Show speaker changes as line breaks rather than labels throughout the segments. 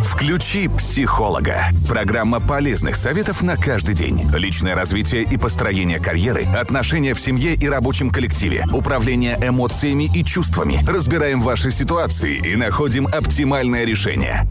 «Включи психолога». Программа полезных советов на каждый день. Личное развитие и построение карьеры, отношения в семье и рабочем коллективе, управление эмоциями и чувствами. Разбираем ваши ситуации и находим оптимальное решение.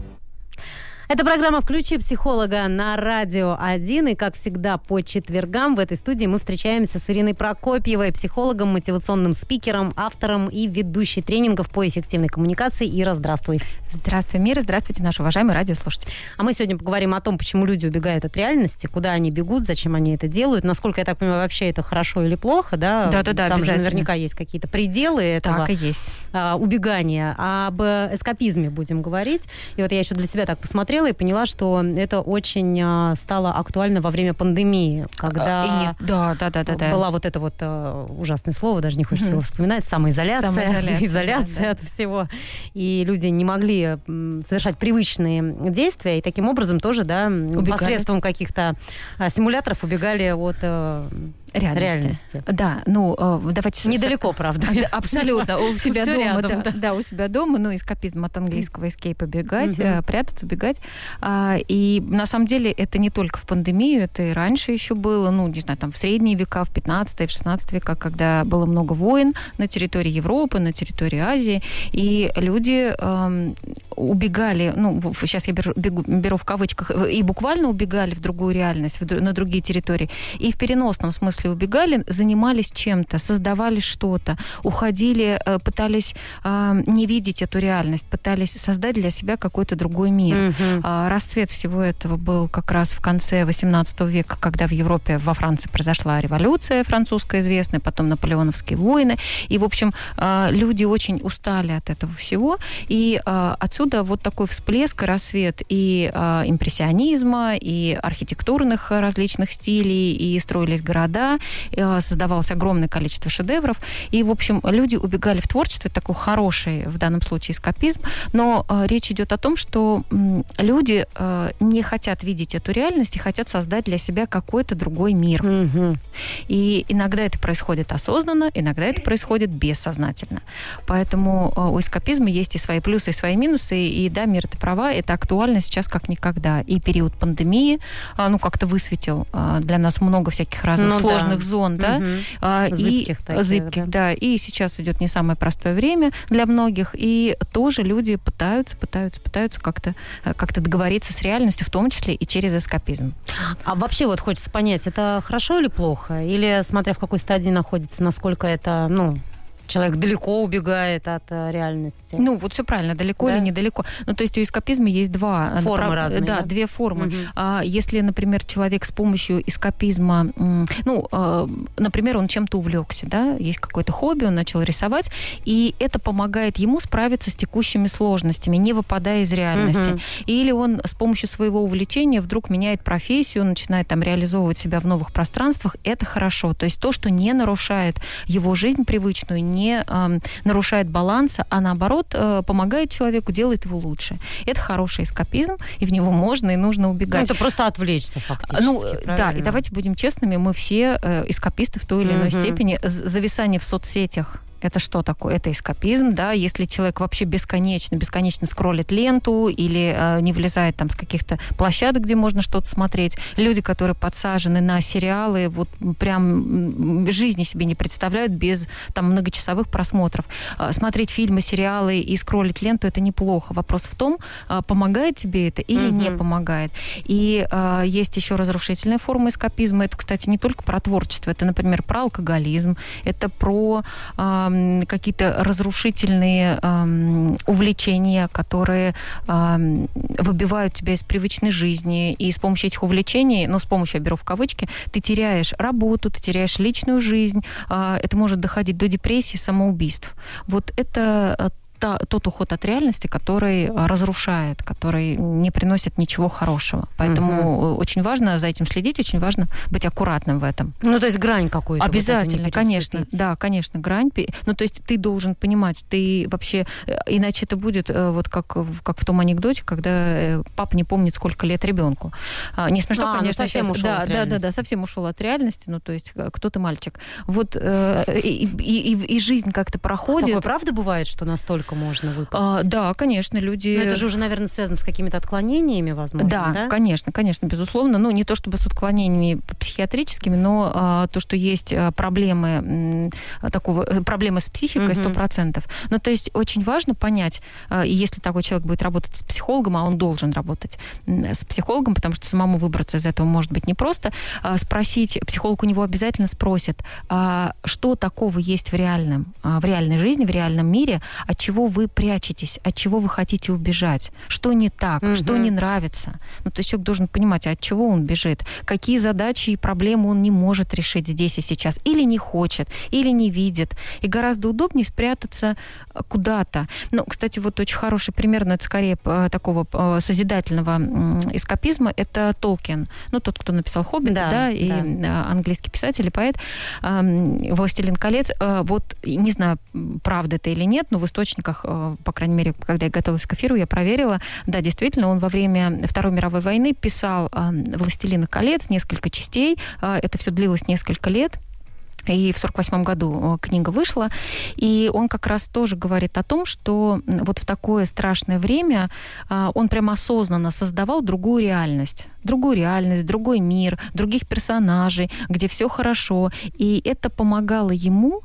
Это программа «Включи психолога» на Радио 1. И, как всегда, по четвергам в этой студии мы встречаемся с Ириной Прокопьевой, психологом, мотивационным спикером, автором и ведущей тренингов по эффективной коммуникации. Ира, здравствуй.
Здравствуй, Мира. Здравствуйте, наши уважаемые радиослушатели.
А мы сегодня поговорим о том, почему люди убегают от реальности, куда они бегут, зачем они это делают, насколько, я так понимаю, вообще это хорошо или плохо, да?
Да,
Там же наверняка есть какие-то пределы этого
так и есть.
Убегания. Об эскапизме будем говорить. И вот я еще для себя так посмотрела и поняла, что это очень стало актуально во время пандемии, когда была вот это вот ужасное слово, даже не хочется его вспоминать, изоляция от всего. И люди не могли совершать привычные действия, и таким образом тоже, да, посредством каких-то симуляторов убегали от реальности.
Да, давайте...
Недалеко, правда.
Абсолютно. У себя дома.
Рядом,
да, у себя дома. Эскапизм от английского escape, убегать, прятаться, убегать. И на самом деле это не только в пандемию, это и раньше еще было, не знаю, там в средние века, в 15 и в 16 века, когда было много войн на территории Европы, на территории Азии, и люди убегали, сейчас я беру в кавычках, и буквально убегали в другую реальность, на другие территории, и в переносном смысле убегали, занимались чем-то, создавали что-то, уходили, пытались не видеть эту реальность, пытались создать для себя какой-то другой мир. Расцвет всего этого был как раз в конце XVIII века, когда в Европе, во Франции произошла революция французская известная, потом наполеоновские войны, и, в общем, люди очень устали от этого всего, и отсюда вот такой всплеск и рассвет и импрессионизма, и архитектурных различных стилей, и строились города, создавалось огромное количество шедевров, и, в общем, люди убегали в творчество, такой хороший, в данном случае, эскапизм, но речь идет о том, что люди не хотят видеть эту реальность и хотят создать для себя какой-то другой мир. И иногда это происходит осознанно, иногда это происходит бессознательно. Поэтому у эскапизма есть и свои плюсы, и свои минусы, и да, Мира, ты права, это актуально сейчас как никогда. И период пандемии, как-то высветил для нас много всяких разных сложных зон, да, зыбких, да. И сейчас идет не самое простое время для многих, и тоже люди пытаются как-то договориться с реальностью, в том числе и через эскапизм.
А вообще вот хочется понять, это хорошо или плохо? Или, смотря в какой стадии находится, насколько это, человек далеко убегает от реальности.
Вот все правильно, далеко или недалеко. То есть у эскапизма есть два
формы разные.
Да, две формы. Если, например, человек с помощью эскапизма, например, он чем-то увлекся, да, есть какое-то хобби, он начал рисовать, и это помогает ему справиться с текущими сложностями, не выпадая из реальности. Или он с помощью своего увлечения вдруг меняет профессию, начинает там реализовывать себя в новых пространствах, это хорошо. То есть то, что не нарушает его жизнь привычную, не нарушает баланса, а наоборот помогает человеку, делает его лучше. Это хороший эскапизм, и в него можно и нужно убегать.
Это просто отвлечься фактически.
Да, и давайте будем честными, мы все эскаписты в той или иной степени. Зависание в соцсетях. Это что такое? Это эскапизм, да, если человек вообще бесконечно скроллит ленту или не вылезает там с каких-то площадок, где можно что-то смотреть. Люди, которые подсажены на сериалы, вот прям жизни себе не представляют без там многочасовых просмотров. Смотреть фильмы, сериалы и скроллить ленту — это неплохо. Вопрос в том, помогает тебе это или не помогает. И есть еще разрушительная форма эскапизма. Это, кстати, не только про творчество. Это, например, про алкоголизм, это про какие-то разрушительные увлечения, которые выбивают тебя из привычной жизни. И с помощью этих увлечений, с помощью, я беру в кавычки, ты теряешь работу, ты теряешь личную жизнь. Это может доходить до депрессии, самоубийств. Вот это тот уход от реальности, который разрушает, который не приносит ничего хорошего. Поэтому очень важно за этим следить, очень важно быть аккуратным в этом.
То есть грань какую-то.
Обязательно, конечно. Да, конечно, грань. То есть ты должен понимать, ты вообще... Иначе это будет вот как в том анекдоте, когда папа не помнит, сколько лет ребенку. Не смешно, конечно.
Совсем ушел от реальности.
Да, совсем ушел от реальности. То есть кто-то мальчик. Вот и жизнь как-то проходит.
Такое правда бывает, что настолько насколько можно выпасть?
Да, конечно, люди...
Но это же уже, наверное, связано с какими-то отклонениями, возможно, да?
Да, конечно, безусловно. Ну, не то чтобы с отклонениями психиатрическими, но то, что есть проблемы с психикой 100%. Ну, то есть очень важно понять, и если такой человек будет работать с психологом, а он должен работать с психологом, потому что самому выбраться из этого может быть непросто, спросить, психолог у него обязательно спросит, что такого есть в реальной жизни, в реальном мире, от чего вы прячетесь, от чего вы хотите убежать, что не так, что не нравится. Ну, то есть человек должен понимать, от чего он бежит, какие задачи и проблемы он не может решить здесь и сейчас, или не хочет, или не видит. И гораздо удобнее спрятаться куда-то. Ну, кстати, вот очень хороший пример, но это скорее такого созидательного эскапизма, это Толкин. Ну, тот, кто написал «Хоббита», и английский писатель и поэт, «Властелин колец». Вот, не знаю, правда это или нет, но в источниках, по крайней мере, когда я готовилась к эфиру, я проверила. Да, действительно, он во время Второй мировой войны писал «Властелина колец», несколько частей. Это все длилось несколько лет. И в 1948 году книга вышла, и он как раз тоже говорит о том, что вот в такое страшное время он прямо осознанно создавал другую реальность, другой мир, других персонажей, где все хорошо. И это помогало ему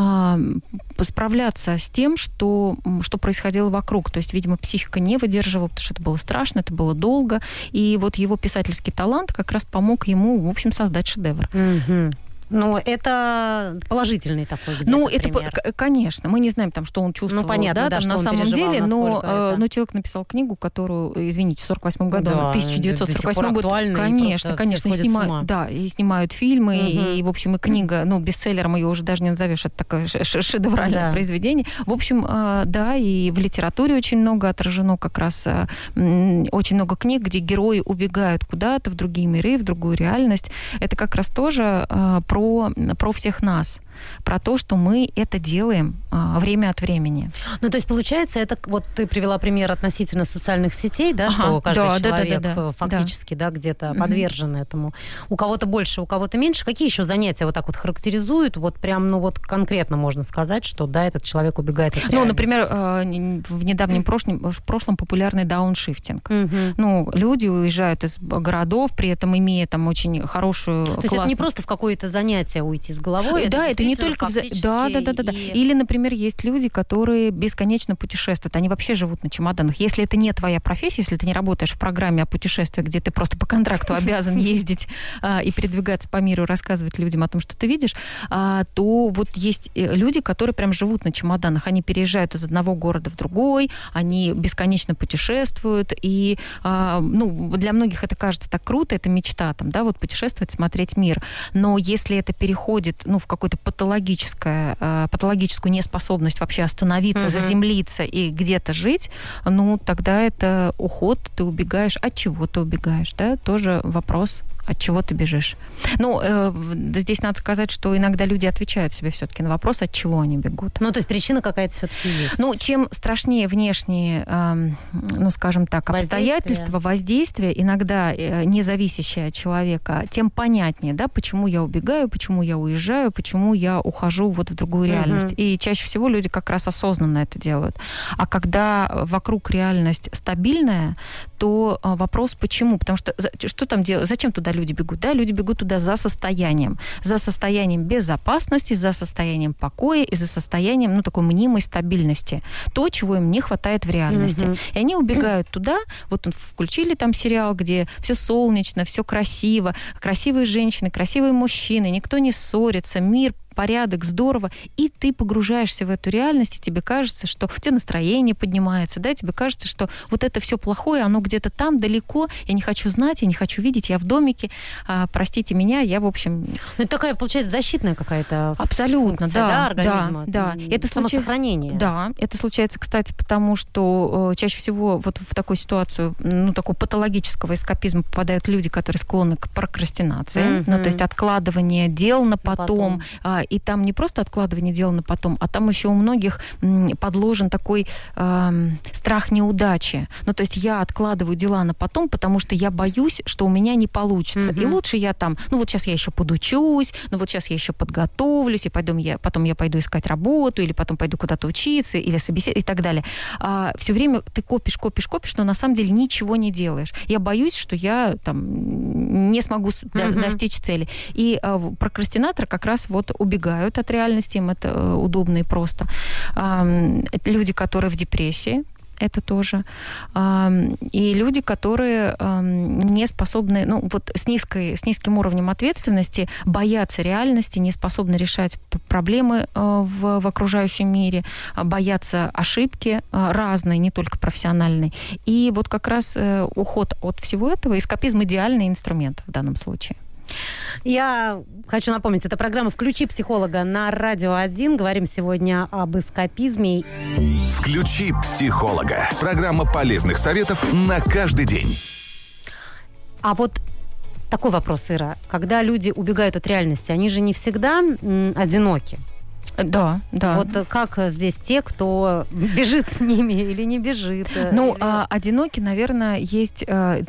справляться с тем, что происходило вокруг. То есть, видимо, психика не выдерживала, потому что это было страшно, это было долго. И вот его писательский талант как раз помог ему, в общем, создать шедевр.
Ну, это положительный такой где-то пример.
Это, конечно. Мы не знаем, там, что он чувствовал,
понятно,
да,
что
на
он
самом деле,
но
человек написал книгу, которую, извините, в 1948 году, 1948 год, конечно, и снимают фильмы, и, в общем, и книга, бестселлером ее уже даже не назовешь, это такое шедевральное произведение. В общем, да, и в литературе очень много отражено как раз, очень много книг, где герои убегают куда-то в другие миры, в другую реальность. Это как раз тоже про всех нас, про то, что мы это делаем время от времени.
Ну, то есть, получается, это вот ты привела пример относительно социальных сетей, да, что каждый человек фактически, где-то подвержен этому. У кого-то больше, у кого-то меньше. Какие еще занятия вот так вот характеризуют? Вот прям, конкретно можно сказать, что, да, этот человек убегает от реальности.
Ну, например, в недавнем прошлом популярный дауншифтинг. Люди уезжают из городов, при этом имея там очень хорошую...
То есть это не просто в какое-то занятие уйти с головой,
это не только... Да. Или, например, есть люди, которые бесконечно путешествуют. Они вообще живут на чемоданах. Если это не твоя профессия, если ты не работаешь в программе о путешествиях, где ты просто по контракту обязан ездить и передвигаться по миру, рассказывать людям о том, что ты видишь, то вот есть люди, которые прям живут на чемоданах. Они переезжают из одного города в другой, они бесконечно путешествуют. И для многих это кажется так круто, это мечта, вот путешествовать, смотреть мир. Но если это переходит в какую-то патологическую неспособность вообще остановиться, заземлиться и где-то жить, тогда это уход, ты убегаешь. От чего ты убегаешь, да? Тоже вопрос, от чего ты бежишь. Здесь надо сказать, что иногда люди отвечают себе все-таки на вопрос, от чего они бегут.
То есть причина какая-то все-таки есть.
Чем страшнее внешние, скажем так, обстоятельства, воздействия, иногда не зависящие от человека, тем понятнее, да, почему я убегаю, почему я уезжаю, почему я ухожу в другую реальность. И чаще всего люди как раз осознанно это делают. А когда вокруг реальность стабильная, то вопрос почему? Потому что что там делать? Зачем туда люди бегут? Да, люди бегут туда за состоянием безопасности, за состоянием покоя и за состоянием, такой мнимой стабильности. То, чего им не хватает в реальности. И они убегают туда, включили там сериал, где все солнечно, все красиво, красивые женщины, красивые мужчины, никто не ссорится, мир, порядок, здорово, и ты погружаешься в эту реальность, и тебе кажется, что у тебя настроение поднимается, да, тебе кажется, что вот это все плохое, оно где-то там, далеко, я не хочу знать, я не хочу видеть, я в домике, простите меня, я, в общем...
Это такая, получается, защитная какая-то
абсолютно,
функция, да, организма.
Да.
Это самосохранение.
Да, это случается, кстати, потому что чаще всего вот в такую ситуацию, такого патологического эскапизма попадают люди, которые склонны к прокрастинации, то есть откладывание дел на потом, И там не просто откладывание дела на потом, а там еще у многих подложен такой страх неудачи. Ну, то есть я откладываю дела на потом, потому что я боюсь, что у меня не получится. И лучше я там, ну, вот сейчас я еще подучусь, ну, вот сейчас я еще подготовлюсь, и потом я пойду искать работу, или потом пойду куда-то учиться, или собеседовать, и так далее. Все время ты копишь, но на самом деле ничего не делаешь. Я боюсь, что я там не смогу достичь цели. И прокрастинаторы как раз вот убегают от реальности, им это удобно и просто. Это люди, которые в депрессии, это тоже. И люди, которые не способны, ну, вот с низким уровнем ответственности, боятся реальности, не способны решать проблемы в окружающем мире, боятся ошибки разные, не только профессиональные. И вот как раз уход от всего этого, эскапизм — идеальный инструмент в данном случае.
Я хочу напомнить, это программа «Включи психолога» на Радио 1. Говорим сегодня об эскапизме.
«Включи психолога». Программа полезных советов на каждый день.
А вот такой вопрос, Ира. Когда люди убегают от реальности, они же не всегда одиноки.
Да.
Вот как здесь те, кто бежит с ними или не бежит?
Ну, одиноки, наверное, есть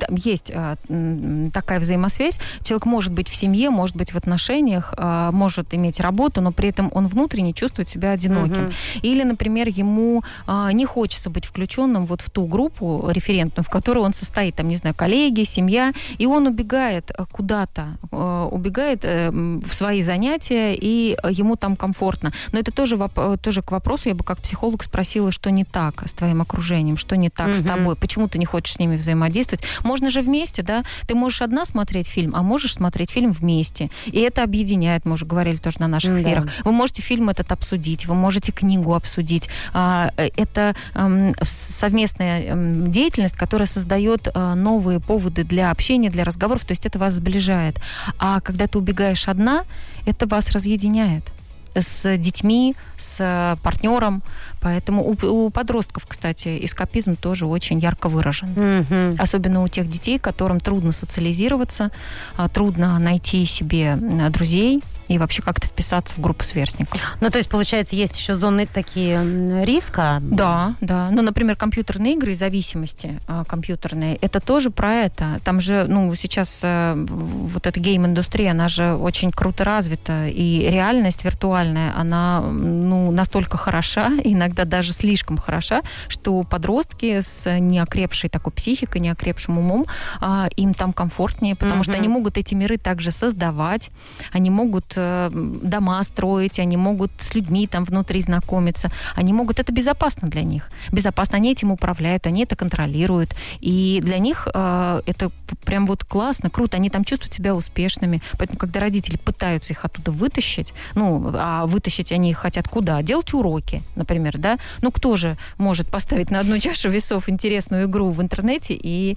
такая взаимосвязь. Человек может быть в семье, может быть в отношениях, может иметь работу, но при этом он внутренне чувствует себя одиноким. Или, например, ему не хочется быть включенным вот в ту группу референтную, в которой он состоит, там, не знаю, коллеги, семья, и он убегает куда-то, убегает в свои занятия, и ему там комфортно. Но это тоже к вопросу, я бы как психолог спросила, что не так с твоим окружением, что не так с тобой, почему ты не хочешь с ними взаимодействовать. Можно же вместе, да? Ты можешь одна смотреть фильм, а можешь смотреть фильм вместе. И это объединяет, мы уже говорили тоже на наших эфирах. Вы можете фильм этот обсудить, вы можете книгу обсудить. Это совместная деятельность, которая создает новые поводы для общения, для разговоров, то есть это вас сближает. А когда ты убегаешь одна, это вас разъединяет с детьми, с партнером. Поэтому у подростков, кстати, эскапизм тоже очень ярко выражен. Особенно у тех детей, которым трудно социализироваться, трудно найти себе друзей и вообще как-то вписаться в группу сверстников.
Ну, то есть, получается, есть еще зоны такие риска?
Да. Ну, например, компьютерные игры и зависимости компьютерные, это тоже про это. Там же, ну, сейчас вот эта гейм-индустрия, она же очень круто развита, и реальность виртуальная, она, ну, настолько хороша, иногда даже слишком хороша, что подростки с неокрепшей такой психикой, неокрепшим умом, им там комфортнее, потому что они могут эти миры также создавать, они могут дома строить, они могут с людьми там внутри знакомиться, они могут, это безопасно для них. Безопасно, они этим управляют, они это контролируют, и для них это прям вот классно, круто, они там чувствуют себя успешными. Поэтому, когда родители пытаются их оттуда вытащить, ну, а вытащить они их хотят куда? Делать уроки, например, да? Ну, кто же может поставить на одну чашу весов интересную игру в интернете и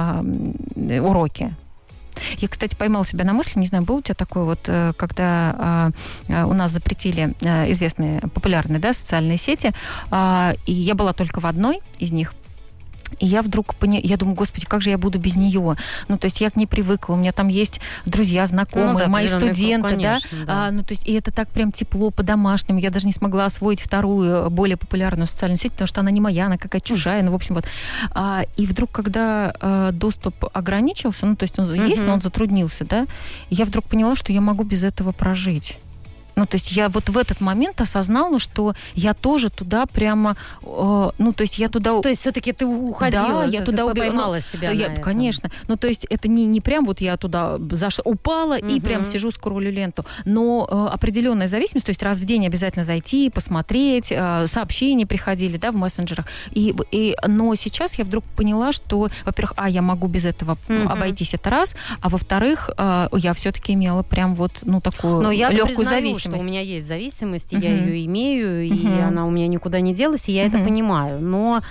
уроки? Я, кстати, поймала себя на мысли, не знаю, был у тебя такой вот, когда у нас запретили известные, популярные, да, социальные сети, и я была только в одной из них. И я вдруг я думаю, господи, как же я буду без нее? Ну, то есть я к ней привыкла, у меня там есть друзья, знакомые, ну, да, мои студенты, конечно, да? Ну, то есть и это так прям тепло, по-домашнему. Я даже не смогла освоить вторую, более популярную социальную сеть, потому что она не моя, она какая-то чужая, ну, в общем, вот. И вдруг, когда доступ ограничился, ну, то есть он есть, но он затруднился, да, я вдруг поняла, что я могу без этого прожить. Ну, то есть я вот в этот момент осознала, что я тоже туда прямо, ну, то есть я туда...
То есть все-таки ты уходила,
да, я туда
поймала себя на этом.
Конечно. Ну, то есть это не прям вот я туда упала и прям сижу, скроллю ленту, но определенная зависимость, то есть раз в день обязательно зайти, посмотреть, сообщения приходили, да, в мессенджерах. Но сейчас я вдруг поняла, что, во-первых, я могу без этого обойтись, это раз, а во-вторых, я все-таки имела прям вот, ну, такую легкую зависимость.
Что у меня есть зависимость, и я ее имею, и она у меня никуда не делась, и я это понимаю. Но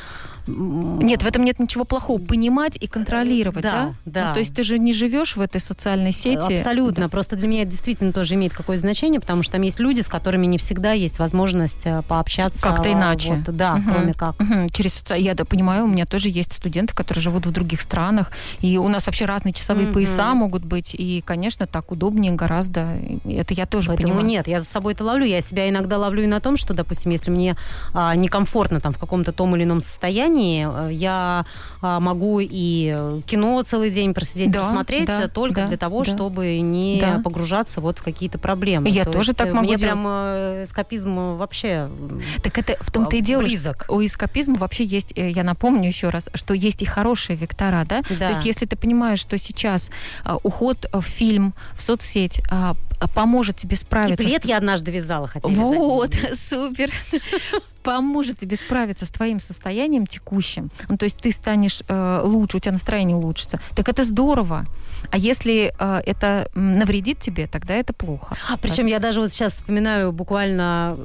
Нет, в этом нет ничего плохого. Понимать и контролировать, да?
Да.
Ну, то есть ты же не живешь в этой социальной сети.
Абсолютно. Да. Просто для меня это действительно тоже имеет какое-то значение, потому что там есть люди, с которыми не всегда есть возможность пообщаться.
Как-то иначе.
Вот, да, кроме как.
Через я понимаю, у меня тоже есть студенты, которые живут в других странах, и у нас вообще разные часовые пояса могут быть, и, конечно, так удобнее гораздо. Это я тоже
Поэтому
понимаю.
нет, я за собой это ловлю. Я себя иногда ловлю и на том, что, допустим, если мне некомфортно там в каком-то том или ином состоянии, я могу и кино целый день просидеть, посмотреть только для того, чтобы не погружаться вот в какие-то проблемы.
Я тоже так могу
мне
делать.
Прям эскапизм вообще
так это в том-то и дело,
близок.
Что у эскапизма вообще есть, я напомню еще раз, что есть и хорошие вектора, да? То есть если ты понимаешь, что сейчас уход в фильм, в соцсеть поможет тебе справиться...
И плед я однажды вязала, хотя
Вот, супер. Поможет тебе справиться с твоим состоянием текущим. Ну, то есть ты станешь лучше, у тебя настроение улучшится. Так это здорово. А если это навредит тебе, тогда это плохо.
Причем я даже вот сейчас вспоминаю, буквально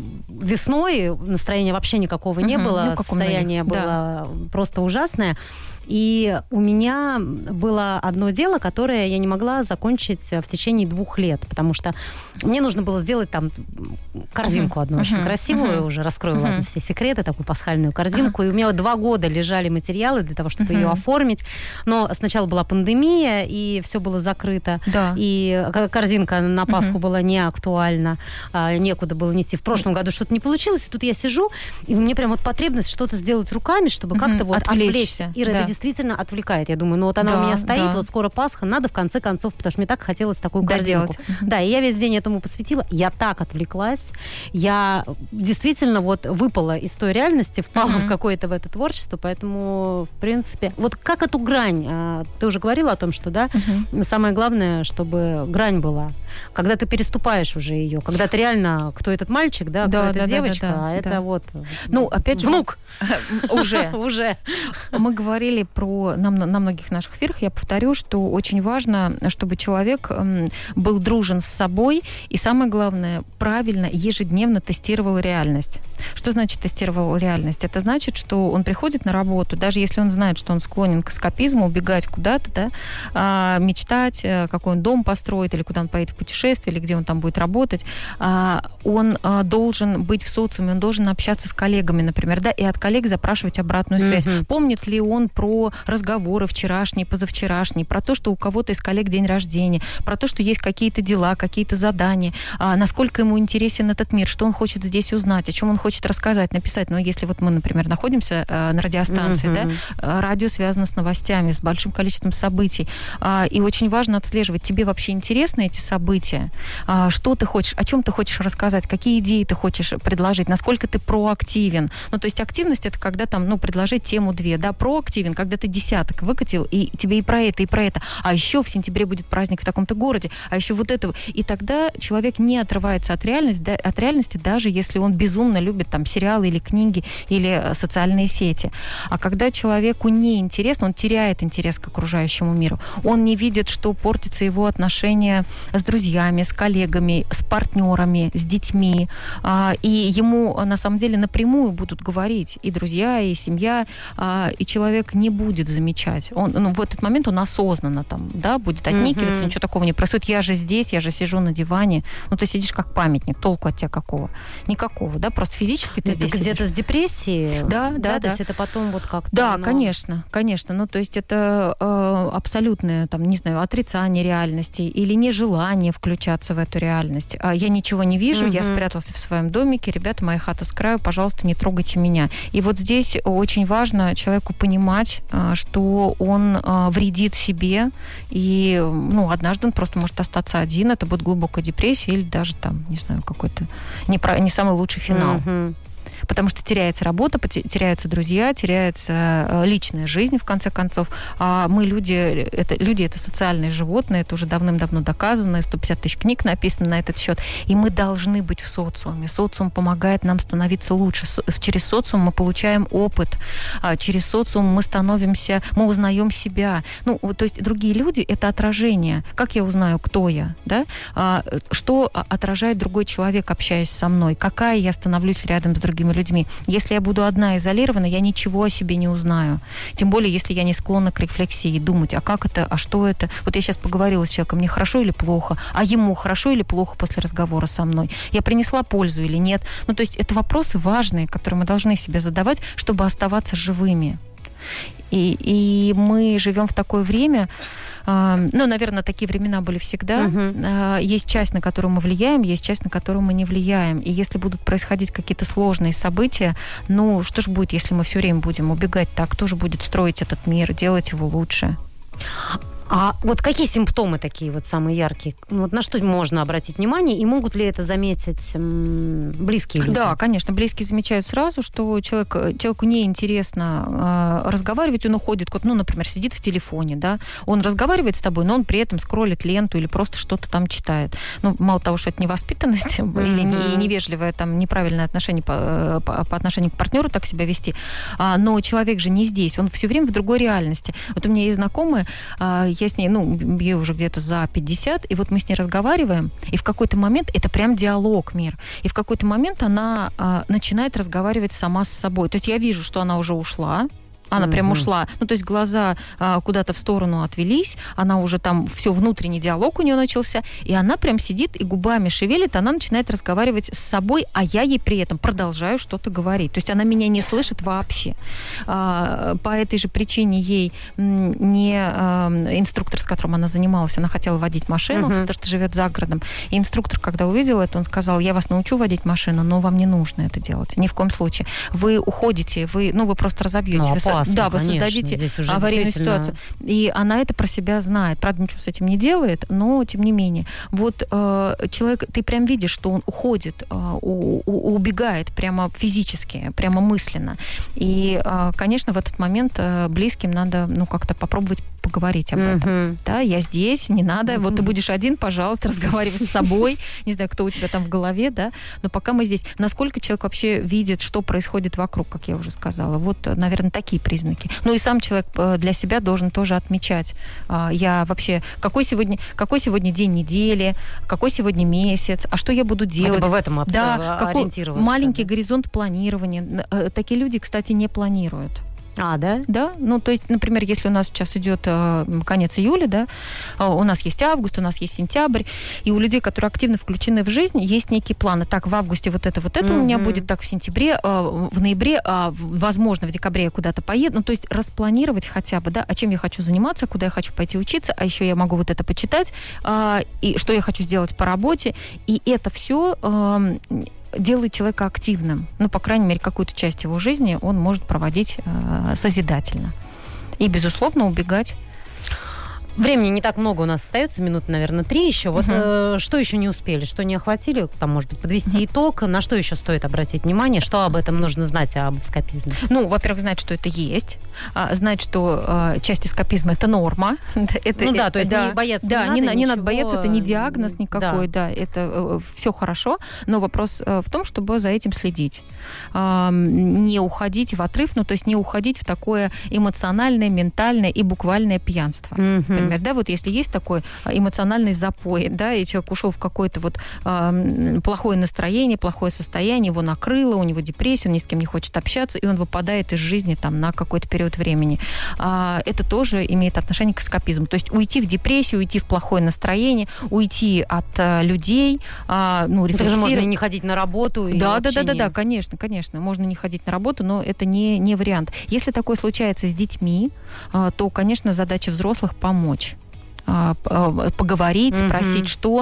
весной настроения вообще никакого не было, состояние было просто ужасное. И у меня было одно дело, которое я не могла закончить в течение 2 лет, потому что мне нужно было сделать там корзинку одну очень красивую, уже раскрою, ладно, все секреты, такую пасхальную корзинку. И у меня 2 года лежали материалы для того, чтобы ее оформить. Но сначала была пандемия, и все было закрыто.
Да.
И корзинка на Пасху была не актуальна, некуда было нести. В прошлом году что-то не получилось, и тут я сижу, и мне прям вот потребность что-то сделать руками, чтобы как-то вот отвлечься. Ира, это действительно отвлекает. Я думаю, ну вот она у меня стоит, вот скоро Пасха, надо в конце концов, потому что мне так хотелось такую корзинку. Да, и я весь день этому посвятила. Я так отвлеклась. Я действительно вот выпала из той реальности, впала в какое-то в это творчество, поэтому, в принципе... Вот как эту грань? Ты уже говорила о том, что, да, самое главное, чтобы грань была. Когда ты переступаешь уже ее, когда ты реально, кто этот мальчик, да, кто эта девочка, а это вот...
Ну, опять же...
Внук!
Уже. Мы говорили на многих наших эфирах, я повторю, что очень важно, чтобы человек был дружен с собой и, самое главное, правильно, ежедневно тестировал реальность. Что значит тестировал реальность? Это значит, что он приходит на работу, даже если он знает, что он склонен к эскапизму, убегать куда-то, да, мечтать, какой он дом построит, или куда он поедет в путешествие, или где он там будет работать, он должен быть в социуме, он должен общаться с коллегами, например, да, и от коллег запрашивать обратную связь. Помнит ли он про разговоры вчерашние, позавчерашние, про то, что у кого-то из коллег день рождения, про то, что есть какие-то дела, какие-то задания, насколько ему интересен этот мир, что он хочет здесь узнать, о чем он хочет рассказать, написать. Ну, если вот мы, например, находимся на радиостанции, да, радио связано с новостями, с большим количеством событий, и очень важно отслеживать, тебе вообще интересны эти события, что ты хочешь, о чем ты хочешь рассказать, какие идеи ты хочешь предложить, насколько ты проактивен. Ну, то есть активность — это когда там, ну, предложить тему 2, да, проактивен, когда ты десяток выкатил, и тебе и про это, а еще в сентябре будет праздник в таком-то городе, а еще вот этого. И тогда человек не отрывается от реальности, даже если он безумно любит там сериалы или книги, или социальные сети. А когда человеку неинтересно, он теряет интерес к окружающему миру. Он не видит, что портятся его отношения с друзьями, с коллегами, с партнерами, с детьми. И ему, на самом деле, напрямую будут говорить и друзья, и семья, и человек не будет замечать. Он, в этот момент он осознанно там, да, будет отникиваться, ничего такого не происходит. Я же здесь, я же сижу на диване. Ну, ты сидишь как памятник, толку от тебя какого? Никакого, да, просто физически ты здесь
где-то
сидишь.
С депрессией?
Да.
То есть это потом вот как-то...
Да, конечно. Ну, то есть это абсолютное, там, не знаю, отрицание реальности или нежелание включаться в эту реальность. Я ничего не вижу, я спрятался в своем домике, ребята, моя хата с краю, пожалуйста, не трогайте меня. И вот здесь очень важно человеку понимать, что он вредит себе, и, ну, однажды он просто может остаться один, это будет глубокая депрессия или даже там, не знаю, какой-то не самый лучший финал. Потому что теряется работа, теряются друзья, теряется личная жизнь, в конце концов. А мы люди это социальные животные, это уже давным-давно доказано, 150 тысяч книг написано на этот счет. И мы должны быть в социуме. Социум помогает нам становиться лучше. Через социум мы получаем опыт. Через социум мы узнаем себя. Ну, то есть другие люди — это отражение. Как я узнаю, кто я? Да? Что отражает другой человек, общаясь со мной? Какая я становлюсь рядом с другими людьми? людьми. Если я буду одна изолирована, я ничего о себе не узнаю. Тем более, если я не склонна к рефлексии, думать, а как это, а что это. Вот я сейчас поговорила с человеком, мне хорошо или плохо, а ему хорошо или плохо после разговора со мной. Я принесла пользу или нет. Ну, то есть это вопросы важные, которые мы должны себе задавать, чтобы оставаться живыми. И мы живем в такое время, ну, наверное, такие времена были всегда. Есть часть, на которую мы влияем, есть часть, на которую мы не влияем. И если будут происходить какие-то сложные события, ну, что же будет, если мы все время будем убегать так? Кто же будет строить этот мир, делать его лучше?
А вот какие симптомы такие вот самые яркие? Вот на что можно обратить внимание, и могут ли это заметить близкие люди?
Да, конечно, близкие замечают сразу, что человеку неинтересно разговаривать, он уходит, ну, например, сидит в телефоне, да, он разговаривает с тобой, но он при этом скроллит ленту или просто что-то там читает. Ну, мало того, что это невоспитанность или невежливое, там, неправильное отношение по отношению к партнеру так себя вести, но человек же не здесь, он все время в другой реальности. Вот у меня есть знакомые, я с ней, ну, ей уже где-то за 50, и вот мы с ней разговариваем, и в какой-то момент, это прям диалог, Мир, и в какой-то момент она начинает разговаривать сама с собой. То есть я вижу, что она уже ушла, она прям ушла. Ну, то есть глаза куда-то в сторону отвелись, она уже там, все, внутренний диалог у нее начался, и она прям сидит и губами шевелит, она начинает разговаривать с собой, а я ей при этом продолжаю что-то говорить. То есть она меня не слышит вообще. По этой же причине ей инструктор, с которым она занималась, она хотела водить машину, потому что живет за городом. И инструктор, когда увидел это, он сказал: я вас научу водить машину, но вам не нужно это делать. Ни в коем случае. Вы уходите, вы просто разобьетесь. Да, вы создадите аварийную ситуацию. И она это про себя знает. Правда, ничего с этим не делает, но тем не менее. Вот человек, ты прям видишь, что он уходит, убегает прямо физически, прямо мысленно. И, конечно, в этот момент близким надо, ну, как-то попробовать поговорить об этом. Да, я здесь, не надо. Вот ты будешь один, пожалуйста, разговаривай с собой. Не знаю, кто у тебя там в голове, да. Но пока мы здесь. Насколько человек вообще видит, что происходит вокруг, как я уже сказала. Вот, наверное, такие признаки. Ну и сам человек для себя должен тоже отмечать. Я вообще... Какой сегодня день недели? Какой сегодня месяц? А что я буду делать?
Хотя бы в этом ориентироваться.
Маленький горизонт планирования. Такие люди, кстати, не планируют.
Да?
Да. Ну, то есть, например, если у нас сейчас идет конец июля, да, у нас есть август, у нас есть сентябрь, и у людей, которые активно включены в жизнь, есть некие планы. Так, в августе вот это у меня будет, так, в сентябре, в ноябре, возможно, в декабре я куда-то поеду. Ну, то есть распланировать хотя бы, да, а чем я хочу заниматься, куда я хочу пойти учиться, а еще я могу вот это почитать, и что я хочу сделать по работе. И это все делает человека активным. Ну, по крайней мере, какую-то часть его жизни он может проводить созидательно. И, безусловно, убегать.
Времени не так много у нас остается, минут, наверное, 3 еще. Вот что еще не успели, что не охватили? Там, может быть, подвести итог. На что еще стоит обратить внимание? Что об этом нужно знать, об эскапизме?
Ну, во-первых, знать, что это есть. Знать, что часть эскапизма – это норма.
То есть не бояться не надо.
Да, не надо бояться, это не диагноз никакой, да, это все хорошо. Но вопрос в том, чтобы за этим следить. Не уходить в отрыв, ну, то есть не уходить в такое эмоциональное, ментальное и буквальное пьянство. Например, да, вот если есть такой эмоциональный запой, да, и человек ушел в какое-то вот плохое настроение, плохое состояние, его накрыло, у него депрессия, он ни с кем не хочет общаться, и он выпадает из жизни там на какой-то период времени. Это тоже имеет отношение к эскапизму. То есть уйти в депрессию, уйти в плохое настроение, уйти от людей, рефлексировать.
Также можно и не ходить на работу.
Да, конечно. Можно не ходить на работу, но это не вариант. Если такое случается с детьми, то, конечно, задача взрослых помочь. Поговорить, спросить, что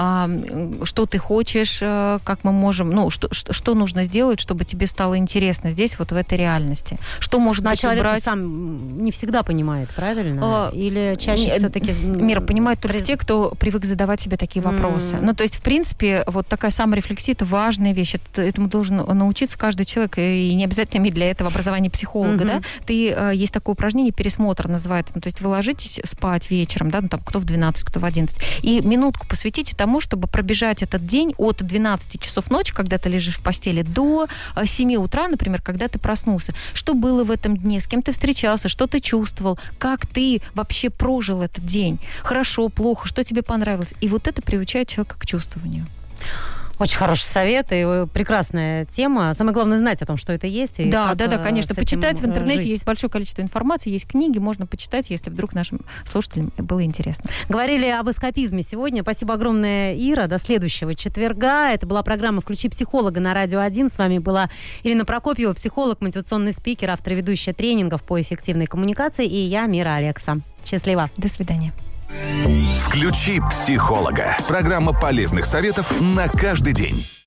ты хочешь, как мы можем, ну, что нужно сделать, чтобы тебе стало интересно здесь, вот в этой реальности. Что может быть
человек убрать? Сам не всегда понимает, правильно? Или чаще все-таки...
Мира понимают только те, кто привык задавать себе такие вопросы. Ну, то есть, в принципе, вот такая саморефлексия – это важная вещь. Этому должен научиться каждый человек, и не обязательно иметь для этого образование психолога, да? Есть такое упражнение, пересмотр называется. Ну, то есть вы ложитесь спать вечером, да, там, кто в 12, кто в 11. И минутку посвятите тому, чтобы пробежать этот день от 12 часов ночи, когда ты лежишь в постели, до 7 утра, например, когда ты проснулся. Что было в этом дне, с кем ты встречался, что ты чувствовал, как ты вообще прожил этот день. Хорошо, плохо, что тебе понравилось. И вот это приучает человека к чувствованию.
Очень хороший совет и прекрасная тема. Самое главное знать о том, что это есть. И
да, конечно. Почитать в интернете есть большое количество информации, есть книги, можно почитать, если вдруг нашим слушателям было интересно.
Говорили об эскапизме сегодня. Спасибо огромное, Ира. До следующего четверга. Это была программа «Включи психолога» на Радио 1. С вами была Ирина Прокопьева, психолог, мотивационный спикер, автор и ведущая тренингов по эффективной коммуникации. И я, Мира Алекса. Счастливо.
До свидания.
«Включи психолога». Программа полезных советов на каждый день.